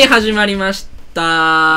、始まりました。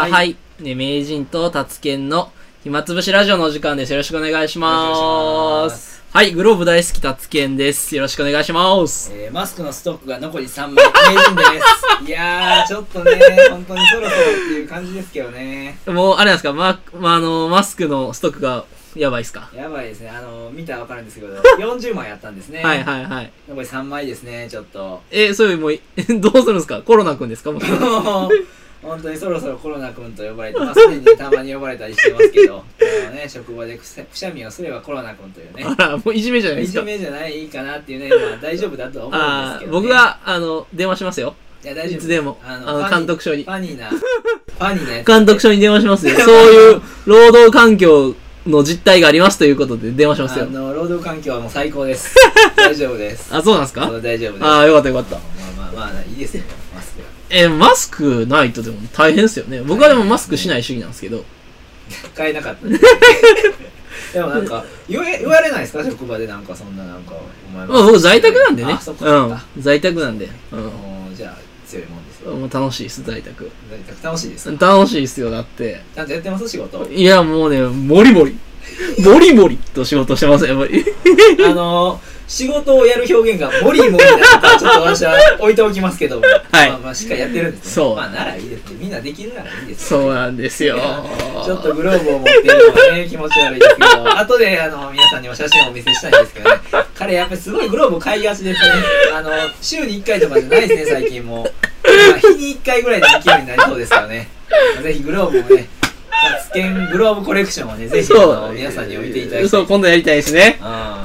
はい。ね、名人と達健の暇つぶしラジオのお時間です。よろしくお願いします。はい、グローブ大好き達健です。よろしくお願いします。 マスクのストックが残り3枚、名人です。いやー、ちょっとね、本当にそろそろっていう感じですけどね。 もう、あれなんですか、マスクのストックがやばいっすか？ やばいですね。見たらわかるんですけど、40枚あったんですね。 はいはいはい。 残り3枚ですね、ちょっと。 そういうもう、どうするんですか？コロナくんですか？もう本当にそろそろコロナくんと呼ばれて、まあ、すでにたまに呼ばれたりしてますけど、ね、職場でくしゃみをすればコロナくんというね。 あら、もういじめじゃないですか。 いじめじゃないかなっていうね、まあ大丈夫だとは思うんですけど、ね。 僕が、電話しますよ。 いや、大丈夫。 いつでも。監督署に。 ファニーなやつ。 監督署に電話しますよ。そういう労働環境の実態がありますということで電話しますよ。 労働環境はもう最高です。大丈夫です。 あ、そうなんですか？ 大丈夫です。 ああ、よかったよかった。 まあ、いいですよ、マスクは。 マスクないとでも大変ですよね。僕はでもマスクしない主義なんですけど。 買えなかった。でもなんか、言われないですか？職場でなんかそんななんか、お前僕在宅なんでね。 そっか。 在宅なんで。 じゃあ、強いもんですよ。 もう楽しいです、在宅。 在宅楽しいですか？ 楽しいですよ、だって。 ちゃんとやってます、仕事？ いや、もうね、もりもりと仕事してます、やっぱり。 仕事をやる表現がモリモリだったらちょっと私は置いておきますけども、はい、まあしっかりやってるんですね。そう。まあならいいですね。みんなできるならいいですよ、ね。そうなんですよ。 ちょっとグローブを持っているのがね、気持ち悪いですけど、後で皆さんにも写真をお見せしたいんですけどね、彼やっぱりすごいグローブを買いがちですね。週に1回とかじゃないですね、最近も。まあ、日に1回ぐらいで勢いになりそうですからね。ぜひグローブをね、達健グローブコレクションをね、ぜひ皆さんに置いていただきたい。 そう、今度やりたいですね。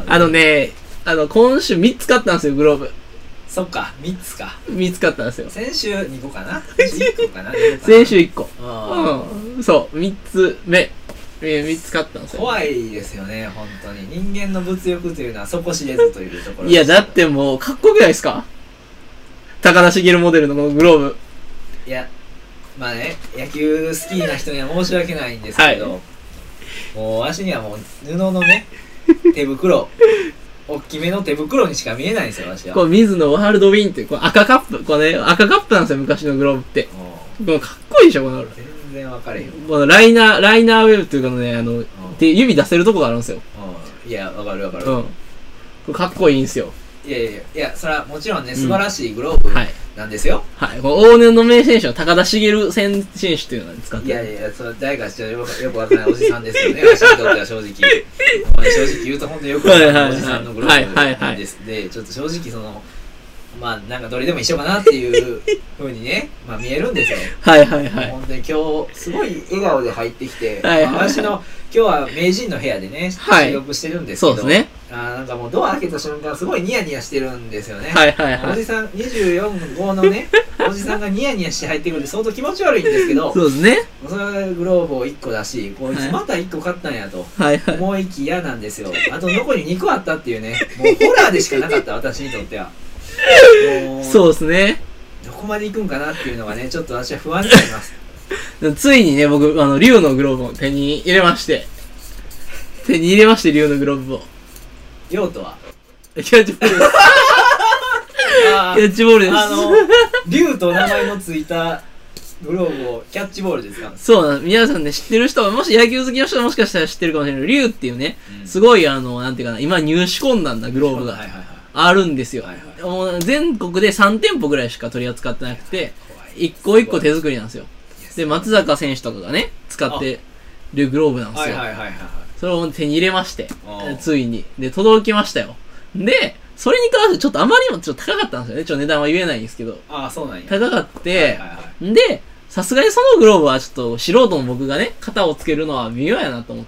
今週3つ買ったんですよ、グローブ。 そっか、3つか。 3つ買ったんですよ。 先週2個かな？先週1個かな？ 先週1個。そう、3つ目。3つ買ったんですよ。 怖いですよね、本当に。人間の物欲というのは底知れずというところ。 いや、だってもう、かっこよくないですか？高田茂モデルのこのグローブ。 いや、まあね、野球好きな人には申し訳ないんですけど、はい、もう、わしにはもう、布のね、手袋。大きめの手袋にしか見えないんですよ、私は。 こう、水野ワールドウィンっていう、こう赤カップ、これね、赤カップなんですよ、昔のグローブって。このかっこいいでしょ、この。 全然分かれへん。 このライナーウェブっていうかね、指出せるとこがあるんですよ。 いや、分かる。 これかっこいいんですよ。 いや、それはもちろんね、素晴らしいグローブなんですよ。 はい。この往年の名選手は高田茂選手っていうのを使ってる。 いや、それ誰かちょっとよくわからないおじさんですよね、私にとっては正直。正直言うと本当によくわからないおじさんのグローブなんです。で、ちょっと正直まあなんかどれでも一緒かなっていう風にね、まあ見えるんですよ。 はい。 本当に今日、すごい笑顔で入ってきて、私の、今日は名人の部屋でね、収録してるんですけど、 そうですね。 なんかもうドア開けた瞬間、すごいニヤニヤしてるんですよね。 はい。 おじさん、24号のね、おじさんがニヤニヤして入ってくるんで、相当気持ち悪いんですけど、 そうですね。 それグローブを1個出し、こいつまた1個買ったんやと、思いきやなんですよ。あと残り2個あったっていうね、もうホラーでしかなかった、私にとっては。 そうですね。 どこまで行くんかなっていうのがね、ちょっと私は不安になります。 ついにね、僕、竜のグローブを手に入れまして、竜のグローブを。 用途はキャッチボールです。キャッチボールです。 竜と名前のついたグローブをキャッチボールですか？ そうなんです。皆さんね、知ってる人は、もし野球好きの人はもしかしたら知ってるかもしれないけど、竜っていうね、すごいなんていうかな、今入手困難なグローブがあるんですよ。もう全国で3店舗ぐらいしか取り扱ってなくて、一個一個手作りなんですよ。で、松坂選手とかがね、使ってるグローブなんですよ。それを手に入れまして、ついに。で、届きましたよ。で、それに関してちょっとあまりにもちょっと高かったんですよね。値段は言えないんですけど。 そうなんや。 高かって、で、さすがにそのグローブはちょっと素人の僕がね、型をつけるのは微妙やなと思って、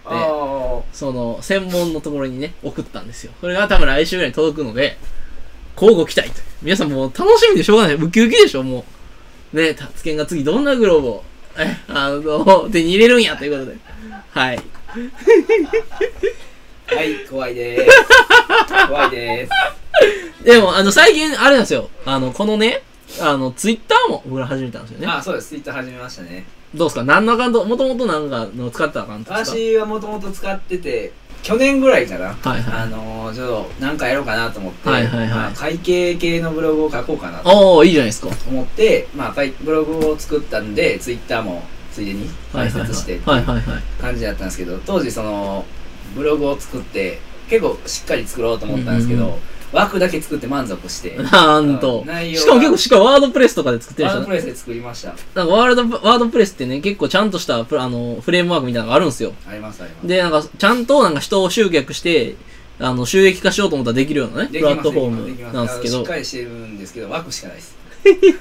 専門のところにね、送ったんですよ。それが多分来週ぐらいに届くので、交互期待と。皆さんもう楽しみでしょうがない。ウキウキでしょ、もう。ね、達健が次どんなグローブを、手に入れるんやということで。はい。 はい、怖いでーす。怖いでーす。でも、最近、あれなんですよ。このね、ツイッターも僕ら始めたんですよね。 そうです。ツイッター始めましたね。 どうですか？何のアカウント、もともとなんかの使ってたアカウントですか？ 私はもともと使ってて、 去年ぐらいかな、 はいはい、 ちょっとなんかやろうかなと思って、 はいはいはい、 まあ、会計系のブログを書こうかなといいじゃないですか思って、まあ、ブログを作ったんでツイッターもついでに解説してっていう感じだったんですけど、当時そのブログを作って結構しっかり作ろうと思ったんですけど、うんうん、枠だけ作って満足してなんと、しかも結構ワードプレスとかで作ってるワードプレスで作りました。 なんかワードプレスってね、結構ちゃんとしたフレームワークみたいなのがあるんですよ。 ありますあります。 で、なんかちゃんとなんか人を集客して収益化しようと思ったらできるようなねプラットフォームなんですけど、 しっかりしてるんですけど枠しかないです。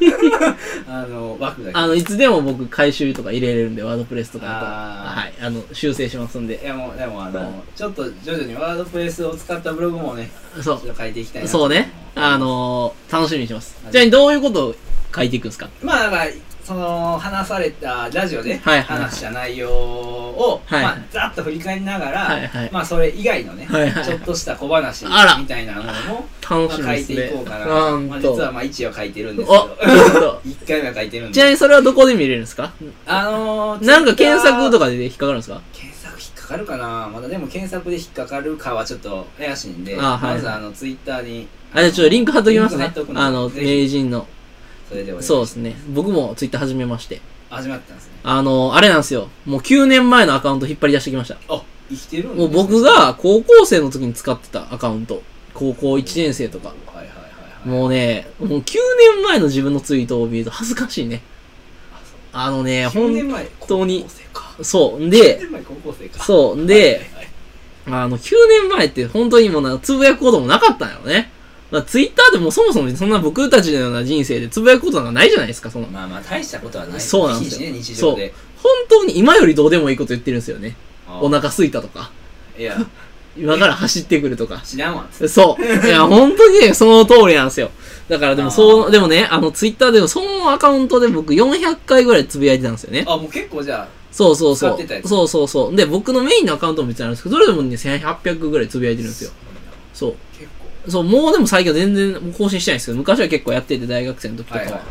枠だけいつでも僕回収とか入れれるんで、ワードプレスとかだとはい修正しますんで。 いやもうでもちょっと徐々にワードプレスを使ったブログもね、 そう書いていきたいなと。 そうね、楽しみにします。じゃあどういうことを書いていくんですか？ まあだからその話されたラジオで話した内容を、はいはい、まあ、ざっと振り返りながら、はいはい、まあそれ以外のね、はいはい、ちょっとした小話みたいなものも、まあ、書いていこうかな。まあ、実はまあ1話書いてるんですけど1回目は書いてるんで。 ちなみにそれはどこで見れるんですか？なんか検索とかで引っかかるんですか？ 検索引っかかるかな。まだでも検索で引っかかるかはちょっと怪しいんで、 はい、 まずツイッターにじゃあちょっとリンク貼っときますね。名人の。そうですね。僕もツイッター始めまして。 始まったんですね。 あれなんですよ。もう9年前のアカウント引っ張り出してきました。 あ、生きてるんですね。もう僕が高校生の時に使ってたアカウント。高校1年生とか。もうね、もう9年前の自分のツイートを見ると恥ずかしいね。本当に。そう。で、 9年前高校生か。 そう。で、9年前って本当にもうつぶやくこともなかったんやろね。ツイッターでもそもそもそんな僕たちのような人生でつぶやくことなんかないじゃないですか。 まあまあ大したことはない。 そうなんですよ。 日常で。 そう。本当に今よりどうでもいいこと言ってるんですよね。お腹空いたとか。 いや。 今から走ってくるとか。 知らんわ。 そう。いや、本当にね、その通りなんですよ。だからでもでもね、ツイッターでもそのアカウントで僕400回ぐらいつぶやいてたんですよね。 もう結構じゃあ。 そう。そう。で、僕のメインのアカウントも別にあるんですけど、それでもね、1800ぐらいつぶやいてるんですよ。そう。そう、もうでも最近は全然更新してないんですけど、昔は結構やってて、大学生の時とかは。はいはい、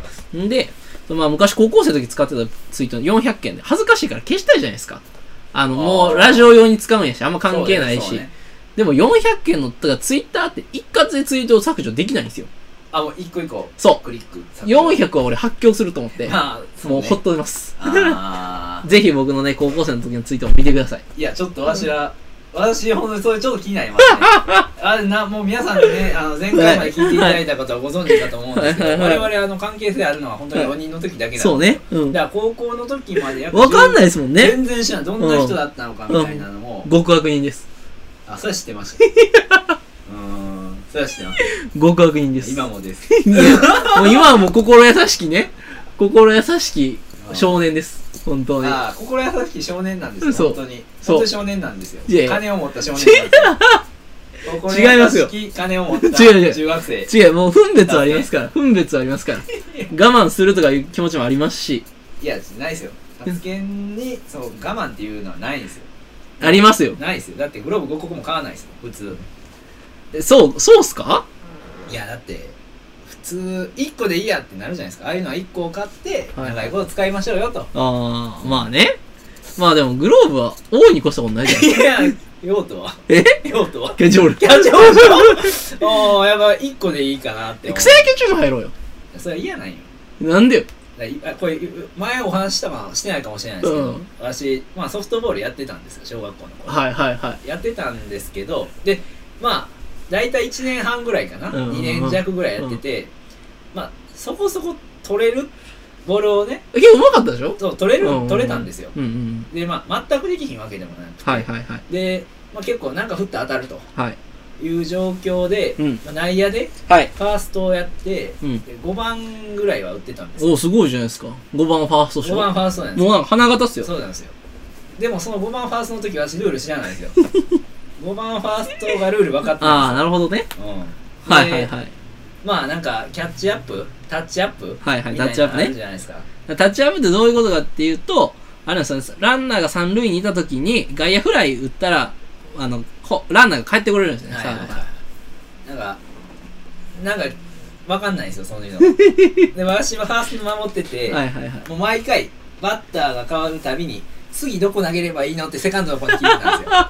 で、まあ昔高校生の時使ってたツイート400件で、恥ずかしいから消したいじゃないですか。もうラジオ用に使うんやし、あんま関係ないし。ね、でも400件の、だからツイッターって一括でツイートを削除できないんですよ。 もう一個一個。 そう。 クリック。 400は俺発狂すると思って、もうほっといます。ぜひ僕のね、高校生の時のツイートを見てください。 いや、ちょっと私、ほんとにそれちょっと気になりますね。もう皆さんね、前回まで聞いていただいた方はご存知かと思うんですけど、我々関係性あるのは本当に4人の時だけなんですよ。 そうね。 だから高校の時までわかんないですもんね。 全然知らない。どんな人だったのかみたいなのも。 極悪人です。 それは知ってました。それは知ってます。 極悪人です。 今もです。 もう今はもう心優しきね。心優しき少年です。本当に。 心優しき少年なんですよ。本当に。本当に少年なんですよ。金を持った少年なんですよ。 違いますよ。 金を持った中学生。 違う、もう分別はありますから。分別はありますから。我慢するとかいう気持ちもありますし。 いや、ないですよ。発言に我慢っていうのはないんですよ。 ありますよ。 ないですよ。だってグローブ5個も買わないですよ、普通。 そうっすか？ いや、だって普通1個でいいやってなるじゃないですか。ああいうのは1個を買って長いこと使いましょうよと。 まあね。まあでもグローブは大いに越したことないじゃないですか。 いや、用途は用途はキャッチボール。 キャッチボール。やっぱ1個でいいかなって。 草野球チーム入ろうよ。 それは嫌なんよ。 なんでよ。 これ前お話したかしてないかもしれないですけど、私、ソフトボールやってたんですよ、小学校の頃。やってたんですけど、で、大体1年半ぐらいかな、2年弱ぐらいやってて、そこそこ取れるボールをね、 結構うまかったでしょ？ そう、取れたんですよ。で、全くできひんわけでもなくて、で、結構なんか振って当たるという状況で、内野でファーストをやって、5番ぐらいは打ってたんですよ。 すごいじゃないですか。5番ファースト 5番ファーストなんですよ。 もうなんか花形っすよ。 そうなんですよ。でもその5番ファーストの時は私ルール知らないですよ。5番ファーストがルール分かってたんですよ。 なるほどね。 なんかキャッチアップタッチアップタッチアップね。 あるじゃないですか。 タッチアップってどういうことかっていうと、あれなんですよ、ランナーが3塁にいた時に外野フライ打ったら、ランナーが帰ってこれるんですね。 なんか分かんないですよ、そういうの。で、私はファースト守ってて、もう毎回バッターが変わるたびに次どこ投げればいいのってセカンドの子に聞いてたんですよ。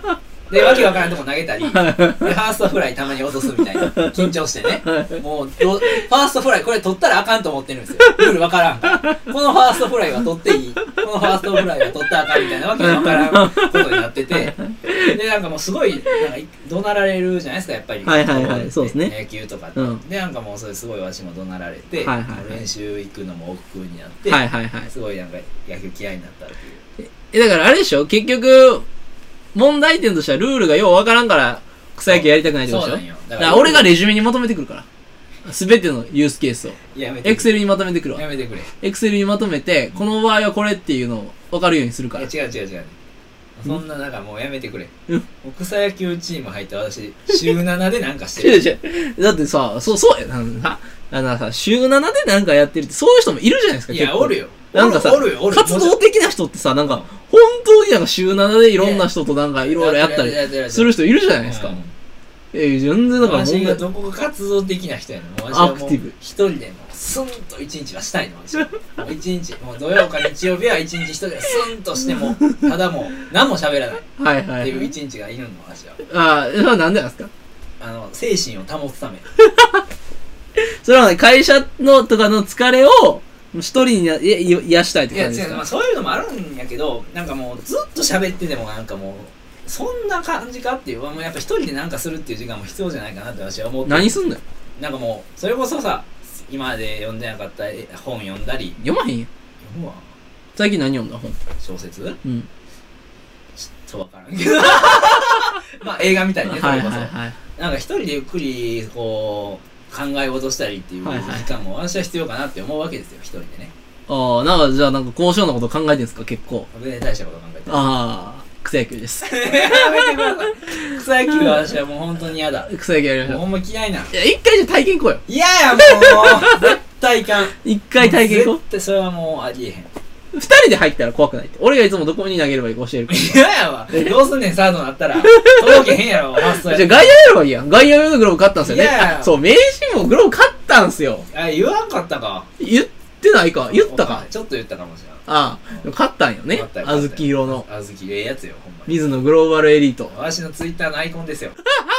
で、わけわからんとこ投げたり、で、ファーストフライたまに落とすみたいな。緊張してね。もう、ファーストフライ、これ取ったらあかんと思ってるんですよ。ルールわからんから。このファーストフライは取っていい。このファーストフライは取ったらあかんみたいなわけわからんことになってて。で、なんかもうすごい、なんか怒鳴られるじゃないですか、やっぱり。 はいはいはい、そうですね。 野球とかって。で、なんかもうそれすごい私も怒鳴られて、練習行くのも億劫になって、すごいなんか野球嫌いになったっていう。 だからあれでしょ結局、問題点としてはルールがようわからんから草野球やりたくないってことでしょ。だから俺がレジュメにまとめてくるからすべてのユースケースをエクセルにまとめてくるわ。 やめてくれ。 エクセルにまとめてこの場合はこれっていうのを分かるようにするから。 違うそんななんかもうやめてくれ。草野球チーム入って私週7でなんかしてるだってさそうやなさ週7でなんかやってるってそういう人もいるじゃないですか。 いやおるよ。 なんかさ活動的な人ってさなんか本当になんか週7でいろんな人となんかいろいろやったりする人いるじゃないですか。全然だから私がどこが活動的な人やの。私はもう一人でもスンと一日はしたいの。私はもう一日もう土曜か日曜日は一日一人でスンとしてもただもう何も喋らないっていう一日がいるの私は。 ああそれは何でなんですか。 精神を保つため。 それは会社のとかの疲れを一人に癒したいって感じですか。 いや違う、そういうのもあるんやけどなんかもうずっと喋っててもなんかもうそんな感じかっていう、もうやっぱ一人でなんかするっていう時間も必要じゃないかなって私は思って。 何すんのよ。 なんかもうそれこそさ今まで読んでなかった本読んだり。 読まへんよ。 読むわ。 最近何読んだ本。 小説。ちょっとわからんけどまあ映画みたいね。それこそなんか一人でゆっくりこう考え事したりっていう時間も私は必要かなって思うわけですよ、一人でね。ああ、なんかじゃあなんか高尚なこと考えてるんですか、結構。 全然大したこと考えてる。 ああ、草野球です。 やめてください。草野球は私はもう本当に嫌だ。 草野球やりましょう。 ほんま嫌いな。 いや、一回じゃ体験行こうよ。 嫌やもう絶対いかん。 一回体験行こう。 絶対それはもうありえへん。 二人で入ったら怖くないって。俺がいつもどこに投げればいいか教えるから。 嫌やわ。どうすんねん、サードなったら。届けへんやろ、ファーストや。 じゃあ外野やればいいやん。外野用のグローブ買ったんすよね。そう、名人もグローブ買ったんすよ。 言わんかったか。 言ってないか。言ったか。 ちょっと言ったかもしれない。 ああ、買ったんよね。小豆色の。 小豆、ええやつよ、ほんまに。 水野グローバルエリート。 私のツイッターのアイコンですよ。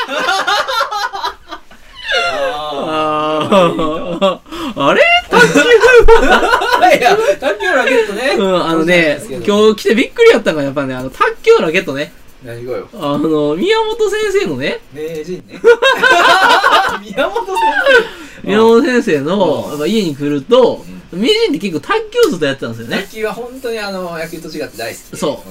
あれ卓球いや、卓球ラケットね。 今日来てびっくりやったのがやっぱね、卓球ラケットね。 何がよ。 宮本先生のね。 名人ね。 宮本先生の家に来ると、名人って結構卓球ずっとやってたんですよね。 卓球は本当に野球と違って大好き。 そう。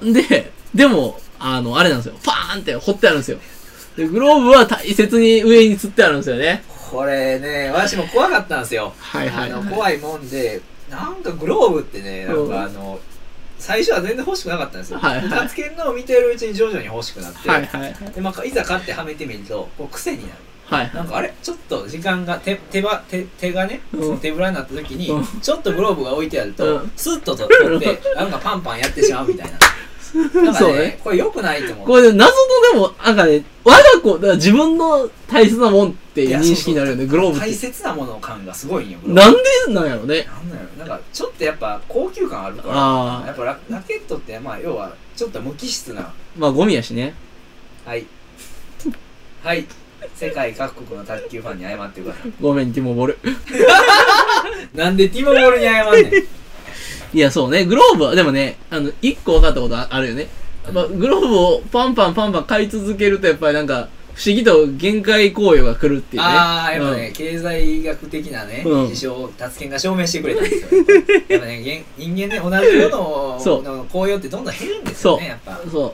でも、あれなんですよ。パーンって掘ってあるんですよ。で、グローブは大切に上に吊ってあるんですよね。 これね、私も怖かったんですよ。怖いもんで、なんかグローブってね、なんか最初は全然欲しくなかったんですよ。タツケンのを見てるうちに徐々に欲しくなって、で、まあ、いざ買ってはめてみると、こう癖になる。なんかあれちょっと時間が手がね、手ぶらになった時に、ちょっとグローブが置いてあると、スッと取って、なんかパンパンやってしまうみたいな。なんかね、これ良くないと思う。 これ謎のでも、なんかね、我が子、だから自分の大切なもんっていう認識になるよね、グローブって。 大切なもの感がすごいんよ。 なんでなんやろね。 なんか、ちょっとやっぱ高級感あるから、やっぱラケットって、まあ、要は、ちょっと無機質な。 まあ、ゴミやしね。 はい。はい。世界各国の卓球ファンに謝ってください。 ごめん、ティモボル。 なんでティモボルに謝んねん。 いや、そうね、グローブは、でもね、一個分かったことあるよね。グローブをパンパン買い続けると、やっぱりなんか、不思議と限界行為が来るっていうね。 ああ、やっぱね、経済学的なね、事象をタツケンが証明してくれたんですよ。やっぱね、人間ね、同じものの効用ってどんどん減るんですよね、やっぱ。そう。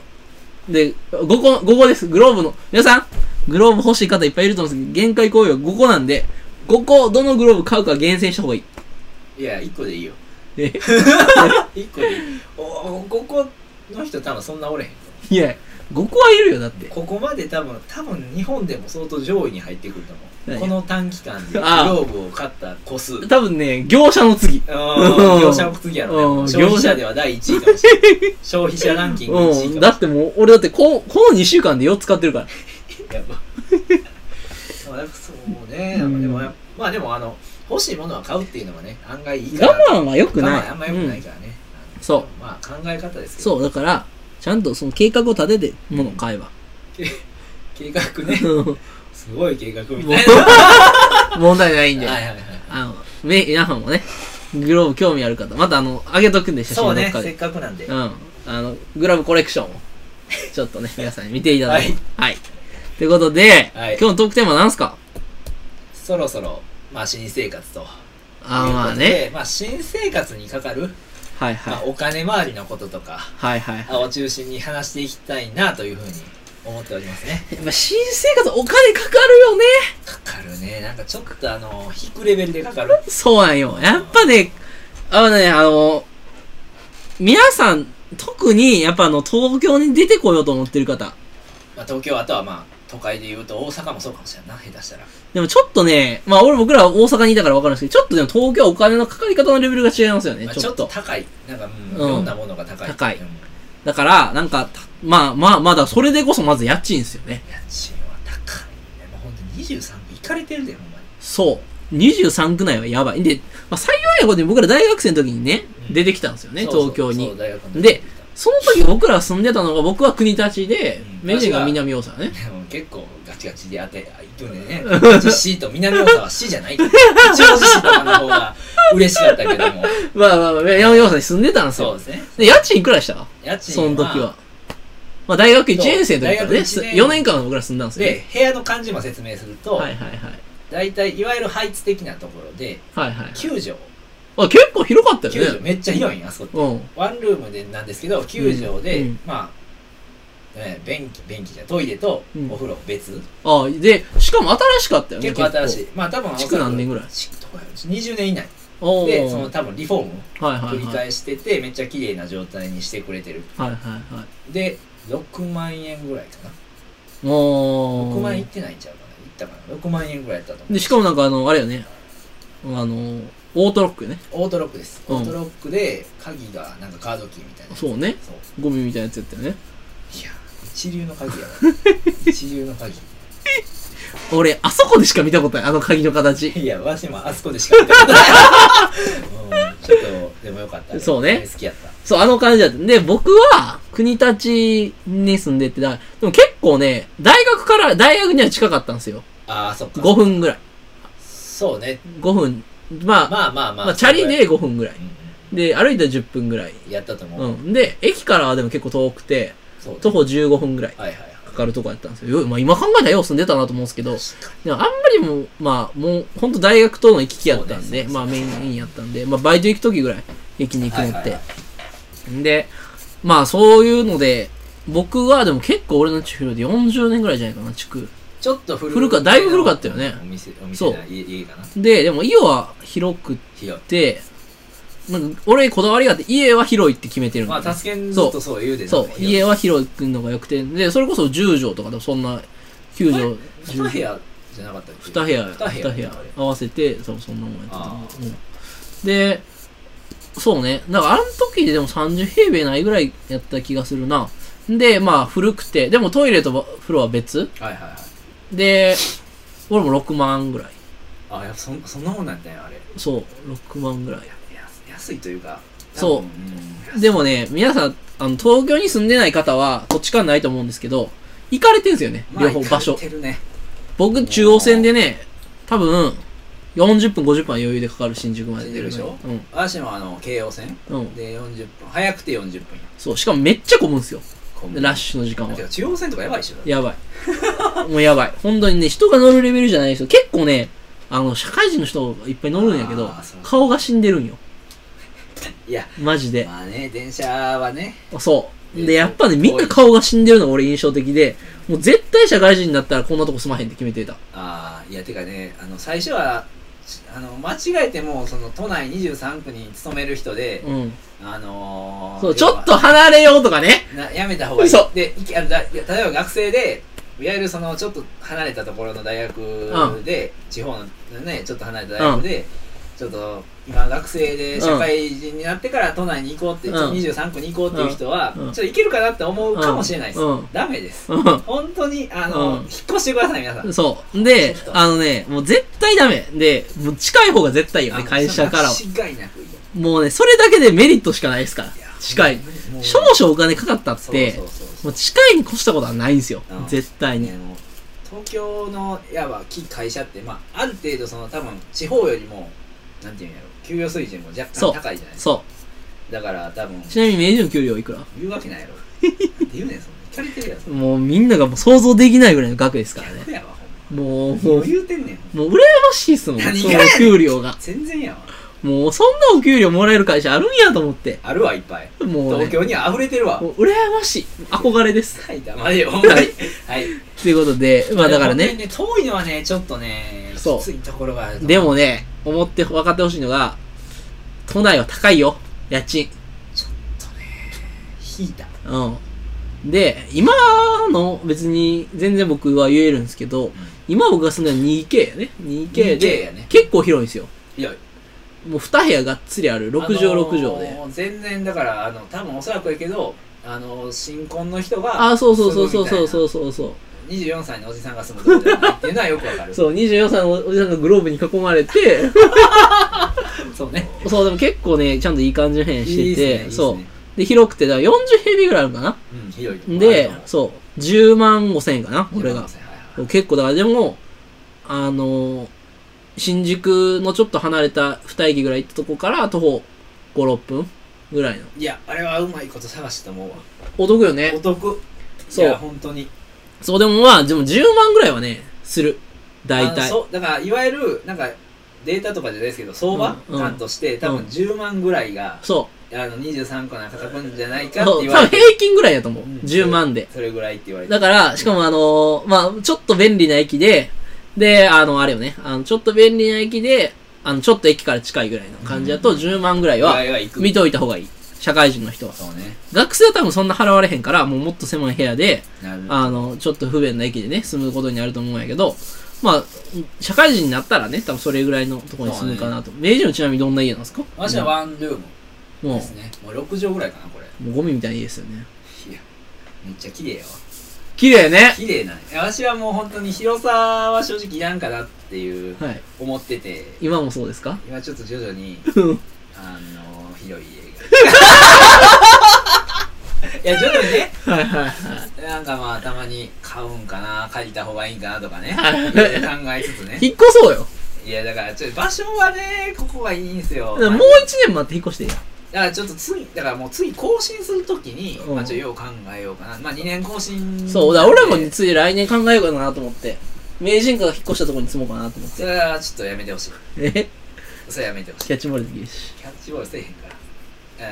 で、5個です、グローブの。皆さん、グローブ欲しい方いっぱいいると思うんですけど、限界行為は5個なんで、5個、どのグローブ買うか厳選した方がいい。いや、1個でいいよ。1個でいい。5個の人多分そんなおれへん。いや、5個はいるよ、だって。ここまで多分日本でも相当上位に入ってくると思う。この短期間でグローブを買った個数。多分ね、業者の次。業者の次やろね。消費者では第1位かもしれない。消費者ランキング1位かもしれない。だってもう、俺だってこの2週間で4つ買ってるから。やっぱ。そうね。まあでも欲しいものは買うっていうのはね、案外いいから。我慢は良くない。我慢あんま良くないからね。そう。まあ考え方ですけど。そう、だから、ちゃんとその計画を立てて物を買えば。 計画ね。 うんすごい計画みもたいな。 う問題ないんで。 はいはいはい。 皆さんもね、グローブ興味ある方、またあげとくんで、写真そうね、 どっかで。 せっかくなんで。 うん。グラブコレクションを、ちょっとね、皆さんに見ていただいて。はい。ということで、 はい今日のトークテーマは何すか？ そろそろ、まあ新生活と。 まあね。 まあ新生活にかかる、 はいはい。 まあお金回りのこととか、 はいはい。 を中心に話していきたいなというふうに思っておりますね。 やっぱ新生活お金かかるよね。 かかるね。なんかちょっと引くレベルでかかる。 そうなんよ。やっぱね、皆さん、特に、やっぱ東京に出てこようと思ってる方。 まあ東京、あとはまあ、都会で言うと大阪もそうかもしれんな、下手したら。 でもちょっとね、まあ僕ら大阪にいたから分かるんですけど、ちょっとでも東京はお金のかかり方のレベルが違いますよね、 まあ、ちょっと高い。なんか、いろんなものが高い。 高い。だから、なんか、まだそれでこそまず家賃ですよね。 家賃は高い。もうほんと23区行かれてるで、ほんまに。 そう。23区内はやばい。で、まあ幸いなことに僕ら大学生の時にね、出てきたんですよね、東京に。で、その時僕ら住んでたのが、僕は国立で、メジが南大阪ね。 結構ガチガチで行くんでね。市と南大阪は市じゃない。八王子市とかの方が嬉しかったけども。 まあ、南大阪に住んでたんですよ。 そうですね。 で、家賃いくらでした家賃その時は。まあ大学1年生の時からね、4年間僕ら住んだんですよ。 で、部屋の感じも説明すると、 はいはいはい。 大体、いわゆるハイツ的なところで、 はいはい。 9畳。 結構広かったよね。 9畳。めっちゃ広いんや、あそこって。ワンルームでなんですけど、9畳で、まあ、便器じゃトイレとお風呂別。 で、しかも新しかったよね。 結構新しい。まあ多分、 築何年ぐらい ?20 年以内。で、その多分リフォームを繰り返してて、めっちゃ綺麗な状態にしてくれてる。 はいはいはい。 で、6万円ぐらいかな。 6 万円いってないんちゃうかな。いったかな。6万円ぐらいやったと思う。 で、しかもなんかあれよね。オートロックね。 オートロックです。オートロックで、鍵がなんかカードキーみたいな。 そうね。ゴミみたいなやつやったよね。 いや、一流の鍵やわ。一流の鍵。 俺、あそこでしか見たことない、あの鍵の形。 いや、わしもあそこでしか見たことない。ちょっと、でもよかった。 そうね。 好きやった。 そう、あの感じだった。で、僕は、国立に住んでて、でも結構ね、大学には近かったんですよ。 ああ、そっか。 5分ぐらい。 そうね。 5分。まあ、チャリで5分ぐらい。で、歩いたら10分ぐらい。 やったと思う。 で、駅からはでも結構遠くて、徒歩15分ぐらいかかるとこやったんですよ。まあ今考えたらよう住んでたなと思うんですけど、でもあんまりもうほんと大学との行き来やったんで、まあメインやったんで、まあバイト行くときぐらい駅に行くのって。で、まあそういうので、僕はでも結構俺の地区で40年ぐらいじゃないかな、地区。 ちょっと古かだいぶ古かったよね。 お店家かな。 でも家は広くて、なんか俺こだわりがあって、家は広いって決めてるんだよ。まあ、助けんずっとそう言うで。 そう、家は広くのが良くて、で、それこそ10畳とかでもそんな、9畳。 2部屋じゃなかったっけ ?2 部屋合わせて、そんなもんやったと思う。で、そうね。だからあの時ででも30平米ないぐらいやった気がするな。で、まあ古くて、でもトイレと風呂は別。で、俺も6万ぐらい。 あ、そんなもんなんだよ、あれ。 そう、6万ぐらい。 安いというか。 そう。でもね、皆さん、東京に住んでない方は土地勘ないと思うんですけど、行かれてるんですよね、両方場所。僕、中央線でね、多分、40分、50分は余裕でかかる、新宿まで出るでしょ。私も京王線で40分。早くて40分や。 そう、しかもめっちゃ混むんですよ。ラッシュの時間は。 中央線とかやばいでしょ。 やばい。もうやばい。本当にね、人が乗るレベルじゃないですよ。結構ね、社会人の人がいっぱい乗るんやけど、顔が死んでるんよ。 いや、 マジで。 まあね、電車はね。 そう。で、やっぱね、みんな顔が死んでるのが俺印象的で、もう絶対社会人になったらこんなとこ住まへんって決めてた。 いや、てかね、最初は、間違えても、都内23区に勤める人で、 そう、ちょっと離れようとかね。 やめた方がいい。そう。で、例えば学生で、いわゆるちょっと離れたところの大学で、地方のね、ちょっと離れた大学で、ちょっと今学生で社会人になってから都内に行こうって、23区に行こうっていう人は、ちょっと行けるかなって思うかもしれないです。ダメです。本当に、引っ越してください、皆さん。そう。で、もう絶対ダメ。で、もう近い方が絶対いいよね、会社からは。 間違いなくいい。 もうね、それだけでメリットしかないですから。 近い。少々お金かかったって、もう近いに越したことはないんですよ。絶対に。 東京の会社って、まあ、ある程度多分地方よりもなんていうんやろ、給与水準も若干高いじゃないですか。だから多分。 ちなみに明治の給料いくら？ 言うわけないやろ。って言うねん、そんな。聞かれてるやつ。 もうみんながもう想像できないぐらいの額ですからね。もう言うてんねん。 もう羨ましいっすもん。その給料が。 全然やわ。 もうそんなお給料もらえる会社あるんやと思って。 あるわ、いっぱい。もう、東京には溢れてるわ。 もう羨ましい。憧れです。 はい、黙れよ、ほんまに。はい。 ということで、まあだからね。 遠いのはね、ちょっとね、きついところがある。 でもね、分かってほしいのが、都内は高いよ、家賃。 ちょっとね、引いた。 で、今の別に全然僕は言えるんですけど、今僕が住んでる 2K やね。2K で、結構広いんですよ。もう2部屋がっつりある6畳6畳で、 全然だから多分おそらくやけど新婚の人がそう 24歳のおじさんが住むとこじゃないっていうのはよくわかる。 そう24歳のおじさんがグローブに囲まれてそうね。 そうでも結構ねちゃんといい感じの部屋にしてて、そうで広くてだから40平米ぐらいあるかな。 広いでそう10万5千円かな俺が。結構だからでも新宿のちょっと離れた2駅ぐらい行ったとこから徒歩5、6分ぐらいの。 いや、あれはうまいこと探したと思うわ。 お得よね。 お得。そう。いや、本当に。 そう、でもまあ、でも10万ぐらいはね、する。大体。 だから、いわゆる、なんか、データとかじゃないですけど、相場感として、多分10万ぐらいが、23個なんか高くんじゃないかって言われて。 多分平均ぐらいだと思う。10万で。 それぐらいって言われて。 だから、しかもまあ、ちょっと便利な駅で、で、あれよね、ちょっと便利な駅で、ちょっと駅から近いぐらいの感じだと、10万ぐらいは、見といた方がいい。社会人の人は。 そうね。 学生は多分そんな払われへんから、もっと狭い部屋で、ちょっと不便な駅でね、住むことになると思うんやけど、まあ、社会人になったらね、多分それぐらいのところに住むかなと。明治のちなみにどんな家なんですか？ 私はワンルームですね。もう6畳ぐらいかな、これ。 もうゴミみたいな家ですよね。 いや、めっちゃ綺麗やわ。 綺麗ね。 綺麗なね。私はもう本当に広さは正直いらんかなっていう、思ってて。 今もそうですか？ 今ちょっと徐々に、広い家が。いや、徐々にね。なんかまあ、たまに買うんかな、借りた方がいいんかなとかね。考えつつね。 引っ越そうよ。 いや、だから場所はね、ここがいいんですよ。もう 1年待って引っ越していいや。 だからちょっと次更新するときに、まあよう考えようかな。まあ2年更新。 そう、だから俺も次来年考えようかなと思って。名人から引っ越したところに住もうかなと思って。 それはちょっとやめてほしい。それやめてほしい。 キャッチボールできるし。 キャッチボールせえへんから。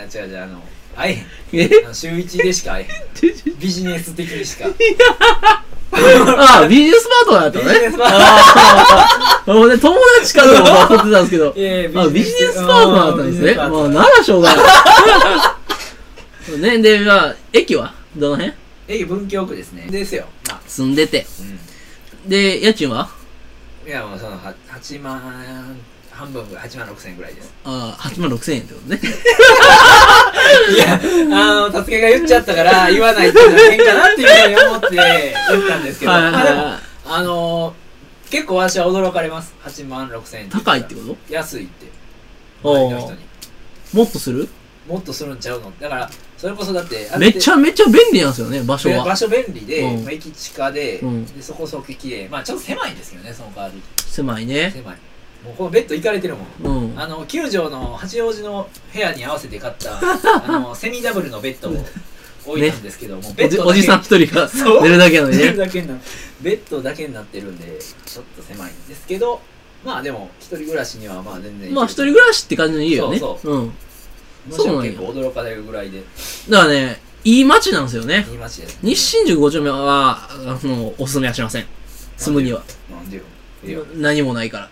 違う、会えへん。週1でしか会えへん。ビジネス的にしか。 ああ、ビジネスパートナーだったのね。ビジネスパートナー。もうね、友達かと思ってたんですけど、ビジネスパートナーだったんですね。まあ、ならしょうがない。ね、で、まあ、駅はどの辺？ 駅文京区ですね。ですよ。 住んでて。で、家賃は？ いや、もう8万、半分ぐらい、8万6千円ぐらいです。 ああ、8万6千円ってことね。 いや、たつけが言っちゃったから言わないと変かなっていうふうに思って言ったんですけど、でも、結構私は驚かれます。8万6千円。 高いってこと？ 安いって。周りの人に。 もっとする？ もっとするんちゃうの？だから、それこそだって、 めちゃめちゃ便利なんですよね、場所は。 場所便利で、駅近で、そこそこ綺麗。まあちょっと狭いんですけどね、その代わり。 狭いね。 狭い。もうこのベッド行かれてるもん。9畳の八王子の部屋に合わせて買ったセミダブルのベッドを置いたんですけども、ベッドおじさん一人が寝るだけのね。ベッドだけになってるんでちょっと狭いんですけど、まあでも一人暮らしにはまあ全然いい。まあ一人暮らしって感じのいいよね。そうなんや。結構驚かれるぐらいで。だからね、いい街なんですよね。いい街です。西新宿5丁目はおすすめはしません。住むには。なんでよ。何もないから。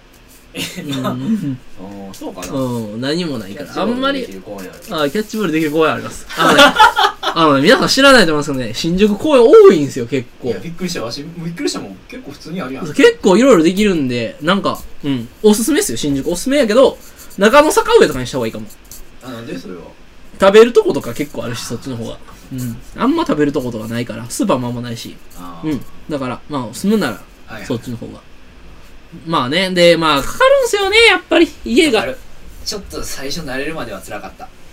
そうかな。何もないから。あんまり。キャッチボールできる公園あります。皆さん知らないと思いますけどね、新宿公園多いんですよ、結構。いや、びっくりした。びっくりしたもん。結構普通にあるやん。結構いろいろできるんで、なんか、おすすめですよ、新宿。おすすめやけど、中野坂上とかにした方がいいかも。なんでそれは。食べるとことか結構あるし、そっちの方が。あんま食べるとことかないから、スーパーもあんまないし。だから、まあ、住むなら、そっちの方が。まあね、で、まあ、かかるんすよね、やっぱり、家が。ちょっと最初慣れるまでは辛かった。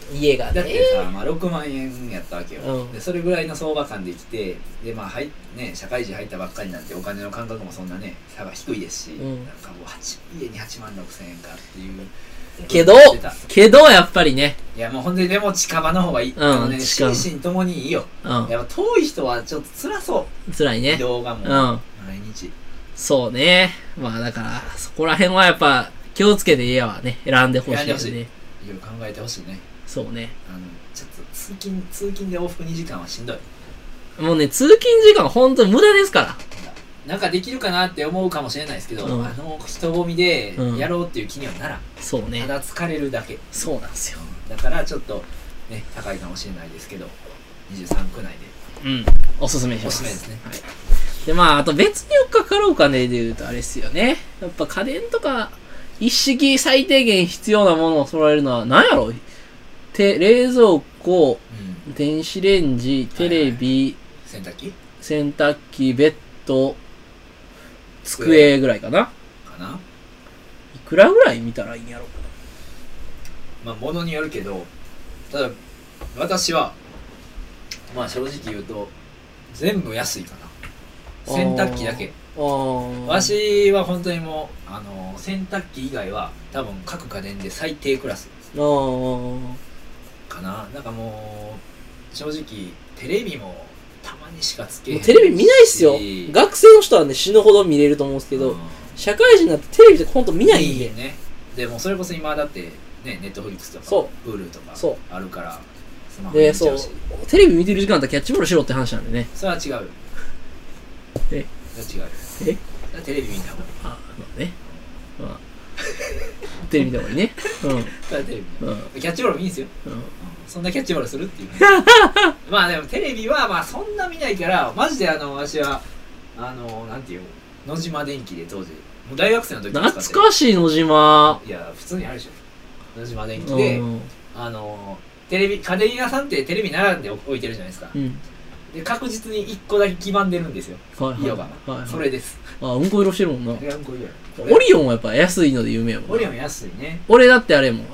家がね。 だってさ、まあ、6万円やったわけよ、 うんでそれぐらいの相場感できて、でまあね、社会人入ったばっかりなんてお金の感覚もそんなね差が低いですし、 うん、 なんかもう家に8万6千円かっていうけどやっぱりね、 いやもうほんでも近場の方がいい、心身ともにいいよ、やっぱ遠い人はちょっと辛そう、 辛いね、 移動がもう、毎日。 そうね、まあだからそこら辺はやっぱ気をつけて家はね選んでほしいですね。 いろいろ考えてほしいね。 そうね、 ちょっと通勤で往復2時間はしんどい。 もうね、通勤時間本当に無駄ですから。 なんかできるかなって思うかもしれないですけど、人混みでやろうっていう気にはならん。 そうね。 ただ疲れるだけ。 そうなんですよ。 だからちょっとね、高いかもしれないですけど、23区内で。 おすすめします。 おすすめですね。はい。 で、まあ、あと別にかかるお金で言うとあれですよね。やっぱ家電とか、一式最低限必要なものを揃えるのは何やろ、冷蔵庫、電子レンジ、テレビ、洗濯機、ベッド、机ぐらいかな。いくらぐらい見たらいいんやろ。 まあ、ものによるけど、ただ、私は、まあ正直言うと、全部安いかな。洗濯機だけ。わしは本当にもう、洗濯機以外は多分各家電で最低クラスかな。なんかもう正直テレビもたまにしかつけへんし、 テレビ見ないっすよ。学生の人はね死ぬほど見れると思うんですけど、社会人になってテレビってほんと見ないんでね。でもそれこそ今だってね、ネットフリックスとか Hulu とかあるからスマホ見ちゃうし、でそうテレビ見てる時間だったらキャッチボールしろって話なんでね。 それは違うよ。それは違うよ。テレビ見た方がいい。 まあね。まあテレビ見た方がいいね。 それはテレビ。キャッチボールもいいんですよ。そんなキャッチボールするっていう。まあでもテレビはまあそんな見ないから、マジで私はなんていうの、野島電機で当時もう大学生の時に使ってる。 懐かしい野島。 いや普通にあるでしょ、野島電機で。テレビ家電屋さんってテレビ並んで置いてるじゃないですか。で確実に1個だけ黄ばんでるんですよ、色が。それです。 うんこ色してるもんな。 うんこ色。オリオンはやっぱ安いので有名やもん。 オリオン安いね。 俺だってあれも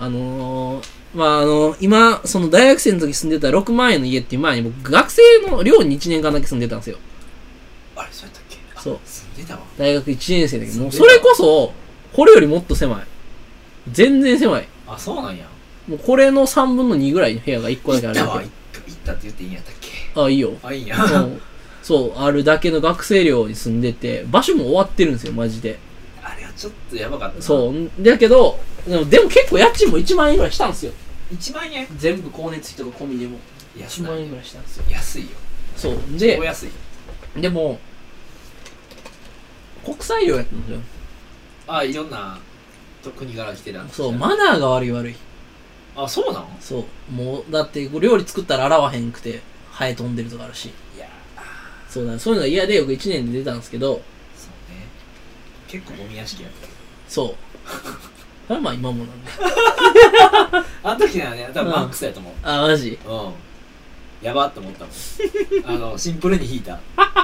今その大学生の時住んでた6万円の家っていう前に僕学生の寮に1年間だけ住んでたんですよ。 あれそうやったっけ。 そう住んでたわ。 大学1年生だけど、もうそれこそこれよりもっと狭い。全然狭い。 あ、そうなんや。 もうこれの3分の2ぐらいの部屋が1個だけあるだけ。 行ったって言っていいんやったっけ。 あ、いいよ。 あ、いいんや。 そう、あるだけの学生寮に住んでて、場所も終わってるんですよ、マジで。 あれはちょっとやばかったな。 そう。だけど、でも結構家賃も1万円ぐらいしたんですよ。 1万円全部光熱費とか込みでも。1万円ぐらいしたんですよ。 安いよ。 そう。で、 超安い。 でも、国際寮やったんですよ。 あ、いろんな国から来てたんですよ。 そう、マナーが悪い。 あ、そうなの。 そう。もう、だって料理作ったら洗わへんくて、ハエ飛んでるとかあるし。 いやそうだ、そういうのが嫌でよく1年で出たんですけど。 そうね。結構ゴミ屋敷やったけど。 そう。それはまあ今もなんで。 あの時はね、多分マックスやと思う。 あ、マジ？ やばって思ったもん。シンプルに引いた。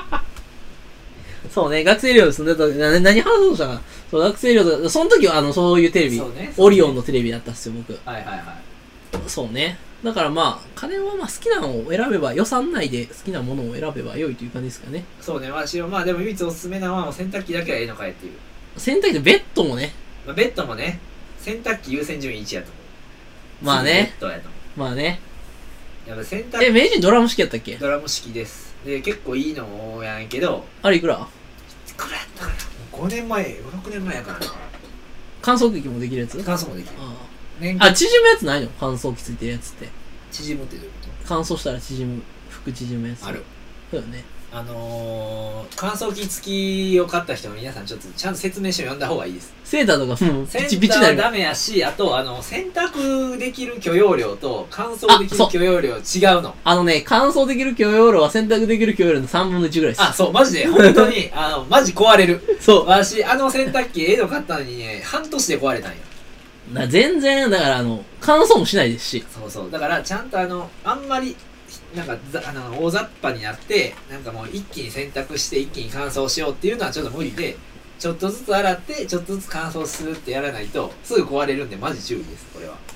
そうね、学生寮で住んでた時、何話そうとしたかな。そう、学生寮で、その時はそういうテレビ、オリオンのテレビだったっすよ、僕。 はいはいはい。 そうね。だからまあ、金はまあ好きなのを選べば、予算内で好きなものを選べば良いという感じですかね。 そうね、私はまあでも唯一おすすめなのは洗濯機だけはええのかいっていう。 洗濯機とベッドもね。 まあ、ベッドもね、洗濯機優先順位1やと思う。 まあね。 ベッドやと思う。 まあね。 やっぱ洗濯機。 名人ドラム式やったっけ？ ドラム式です。で、結構いいのやんけど。 あれいくら？ いくらやったかな。5年前、5、6年前やからな。 乾燥機もできるやつ？ 乾燥もできる。 縮むやつないの？乾燥機ついてるやつって。 縮むってどういうこと？ 乾燥したら縮む、服縮むやつ。 ある。 そうよね。 乾燥機付きを買った人は皆さんちょっとちゃんと説明書読んだ方がいいです。 セーターとかもうピチピチなる。ダメやし、あと洗濯できる許容量と乾燥できる許容量違うの。 乾燥できる許容量は洗濯できる許容量の3分の1ぐらいです。 あ、そう、マジで、本当に、マジ壊れる。 そう。 私、洗濯機の買ったのにね、半年で壊れたんよ。 全然、だから乾燥もしないですし。 そうそう。だから、ちゃんとあんまり、なんか大雑把になってなんかもう一気に洗濯して一気に乾燥しようっていうのはちょっと無理で、ちょっとずつ洗ってちょっとずつ乾燥するってやらないとすぐ壊れるんでマジ注意ですこれは。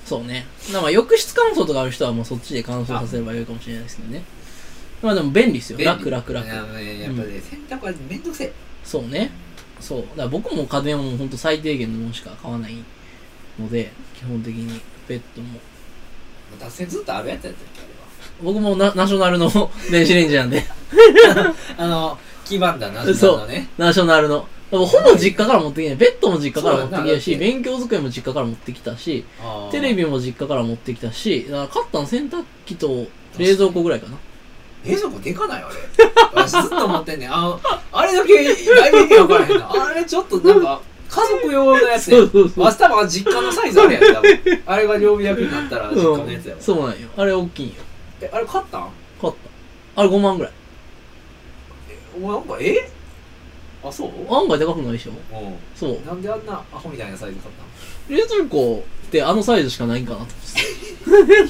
そうね。まあ浴室乾燥とかある人はもうそっちで乾燥させればいいかもしれないですけどね。まあでも便利ですよ。楽。 やっぱね、洗濯はめんどくせえ。 そうね。そう。だから僕も家電はもうほんと最低限のものしか買わないので、基本的にベッドも。 脱線ずっとあるやつやったっけ、あれは。 僕もナショナルの電子レンジなんで。 基盤だ、ナショナルのね。 ナショナルの。ほぼ実家から持ってきて、ベッドも実家から持ってきたし、勉強机も実家から持ってきたし、テレビも実家から持ってきたし、だから買ったの洗濯機と冷蔵庫ぐらいかな。 冷蔵庫でかないあれ。私ずっと思ってんねん。あれだけだいぶ意味わからへんな。あれちょっとなんか、家族用のやつや。明日も実家のサイズあれやん、多分。あれが両備役になったら実家のやつやわ。 そうなんよ。あれ大きいんよ。 あれ買ったん？ 買った。あれ5万ぐらい。 お前なんか、あ、そう？ 案外でかくないでしょ？そう。 なんであんなアホみたいなサイズ買ったの？冷蔵庫ってあのサイズしかないんかなと思って。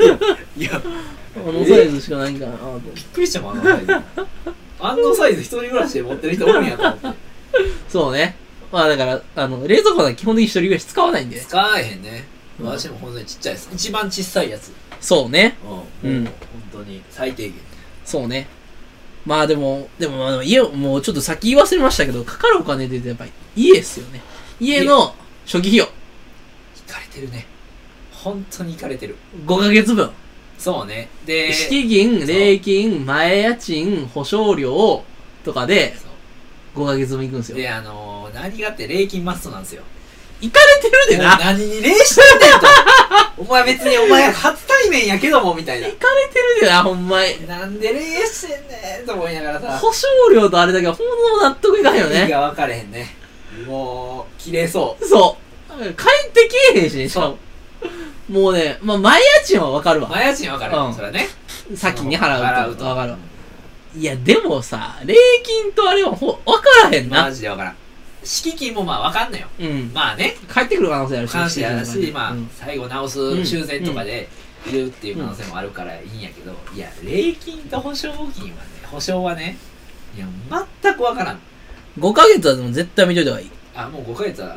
いや、あのサイズしかないんかなと思って。 びっくりしたもん、あのサイズ。あのサイズ一人暮らしで持ってる人おるんやと思って。 そうね。まあだから、冷蔵庫は基本的に一人暮らし使わないんで。 使えへんね。私もほんとにちっちゃいです。一番小さいやつ。 そうね。 うん。本当に最低限。 そうね。まあでも家をもうちょっと先言い忘れましたけど、かかるお金でやっぱり家ですよね。家の初期費用。 いかれてるね。本当にいかれてる。 5ヶ月分。 そうね。で、 敷金、礼金、前家賃、保証料とかで、5ヶ月分いくんですよ。 で、何がって礼金マストなんですよ。 いかれてるでな。 何に礼してんねんと。お前別にお前初対面やけどもみたいな。 いかれてるでな、ほんまに。 なんで礼してんねんと思いながらさ。 保証料とあれだけはほんと納得いかへんよね。 意味が分かれへんね。もう、綺麗そう。 そう。帰ってけえへんしね、しかも。もうね、まあ、前家賃は分かるわ。 前家賃は分かる。それね。 先に払うと分かるわ。いや、でもさ、礼金とあれは分からへんな。 マジで分からん。敷金もまあ分かんのよ。 うん。 まあね。 帰ってくる可能性あるし。 可能性あるし、まあ、最後直す修繕とかでいるっていう可能性もあるからいいんやけど、いや、礼金と保証金はね、保証はね、いや、全く分からん。 5ヶ月はでも絶対見といた方がいい。 もう5ヶ月は、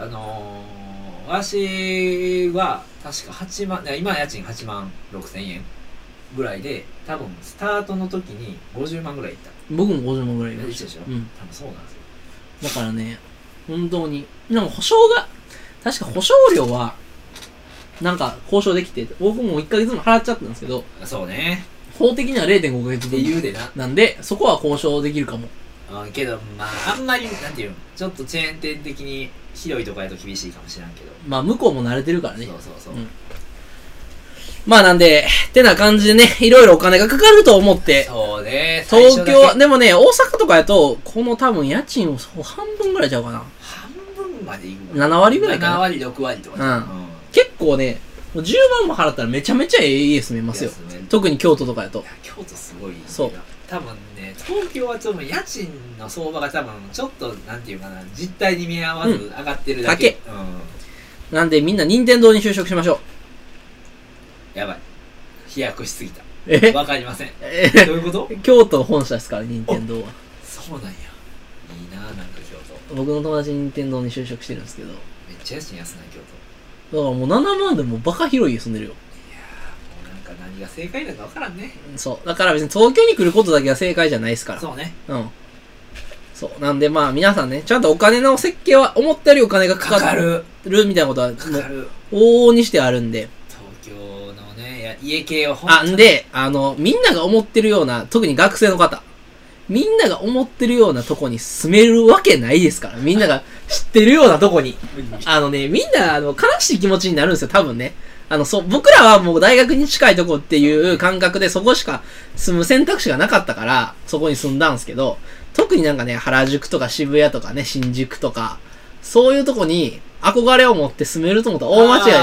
私は、確か8万、今家賃8万6千円ぐらいで、多分、スタートの時に50万ぐらいいった。 僕も50万ぐらいいった。でしょ？ うん。 多分そうなんですよ。 だからね、本当に、なんか保証が、確か保証料は、なんか交渉できて、僕も1ヶ月も払っちゃったんですけど、 そうね。 法的には 0.5 ヶ月分。って言うでな。 なんで、そこは交渉できるかも。 けど、まあ、あんまり、なんていうの、ちょっとチェーン店的に広いとこやと厳しいかもしれんけど。 まあ、向こうも慣れてるからね。 そう。 まあなんで、てな感じでね、いろいろお金がかかると思って。 そうね。 東京、でもね、大阪とかやと、この多分家賃を半分ぐらいちゃうかな。 半分までいく 7割ぐらいかな。 7割、6割とか。 結構ね、10万も払ったらめちゃめちゃ家住めますよ。特に京都とかやと。 京都すごい。 そう。 多分ね、東京はちょっと家賃の相場が多分、ちょっと、なんていうかな、実態に見合わず上がってるだけ。 なんでみんな任天堂に就職しましょう。 やばい。飛躍しすぎた。わかりません。どういうこと？ 京都本社ですから、任天堂は。 そうなんや。いいな、なんか京都。 僕の友達任天堂に就職してるんですけど。 めっちゃ安い京都。だからもう7万でもバカ広い家住んでるよ。 いやー、もうなんか何が正解だかわからんね。 そう。だから別に東京に来ることだけが正解じゃないですから。 そうね。 そう。なんでまあ皆さんね、ちゃんとお金の設計は思ったよりお金がかかるみたいなことは、往々にしてあるんで。 家系は本当に。んで、みんなが思ってるような、特に学生の方、みんなが思ってるようなとこに住めるわけないですから。みんなが知ってるようなとこに。みんな、悲しい気持ちになるんですよ、多分ね。僕らはもう大学に近いとこっていう感覚でそこしか住む選択肢がなかったから、そこに住んだんですけど、特になんかね、原宿とか渋谷とかね、新宿とか、そういうとこに憧れを持って住めると思ったら大間違いです。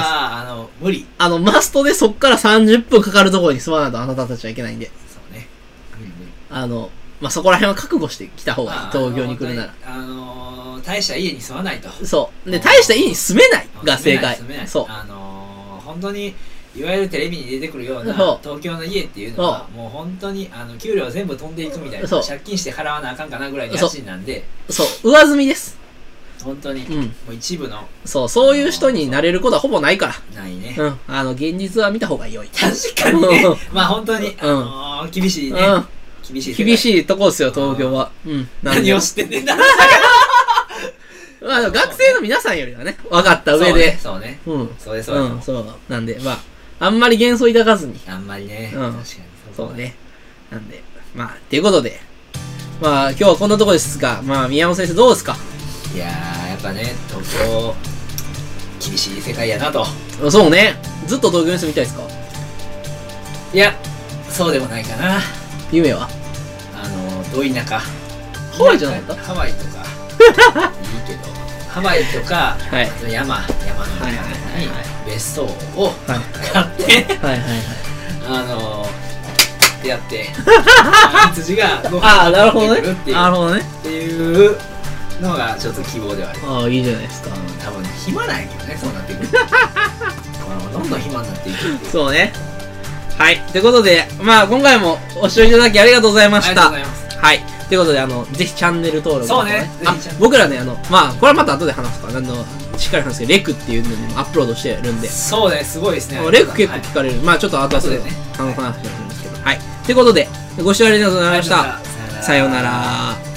無理。 マストでそっから30分かかるところに住まないとあなたたちはいけないんで。 そうね。無理。 まあ、そこら辺は覚悟してきた方がいい。東京に来るなら。 大した家に住まないと。 そう。で、大した家に住めないが正解。 住めない。 そう。 本当に、いわゆるテレビに出てくるような東京の家っていうのは、もう本当に、給料全部飛んでいくみたいな、借金して払わなあかんかなぐらいの家賃なんで。 そう。上積みです。 本当に、 うん。 もう一部のそういう人になれることはほぼないから。 ないね。 うん。現実は見た方が良い。 確かにね。まあ本当に、厳しいね。厳しいとこですよ、東京は。うん。 何を知ってんねんな。 まあ、学生の皆さんよりはね、分かった上で。 そうね。 うん。 そうです、そうです。 そう。なんで、まあ、あんまり幻想抱かずに。 あんまりね。 うん。 確かに。 そうね。なんで、まあ、っていうことで、まあ、今日はこんなとこですが、まあ、宮本先生どうですか？ いやー、やっぱね、東京、厳しい世界やなと。 そうね。ずっと東京に住みたいですか？ いや、そうでもないかな。 夢はど田舎。 ハワイじゃなかった？ ハワイとか。いいけど。ハワイとか、山の中に別荘を買って、やって、羊がご飯を食べてるっていうのがちょっと希望ではある。 ああ、いいじゃないですか。 多分暇なんやけどね、そうなってくる。どんどん暇になっていくっていう。 そうね。はい。ということで、まあ今回もご視聴いただきありがとうございました。 ありがとうございます。 はい。ということで、ぜひチャンネル登録。 そうね。 僕らね、まあ、これはまた後で話すから、しっかり話すけど、レクっていうのにもアップロードしてるんで。 そうね、すごいですね。 レク結構聞かれる。まあ、ちょっと後でね、話してるんですけど。はい。ということで、ご視聴ありがとうございました。さようなら。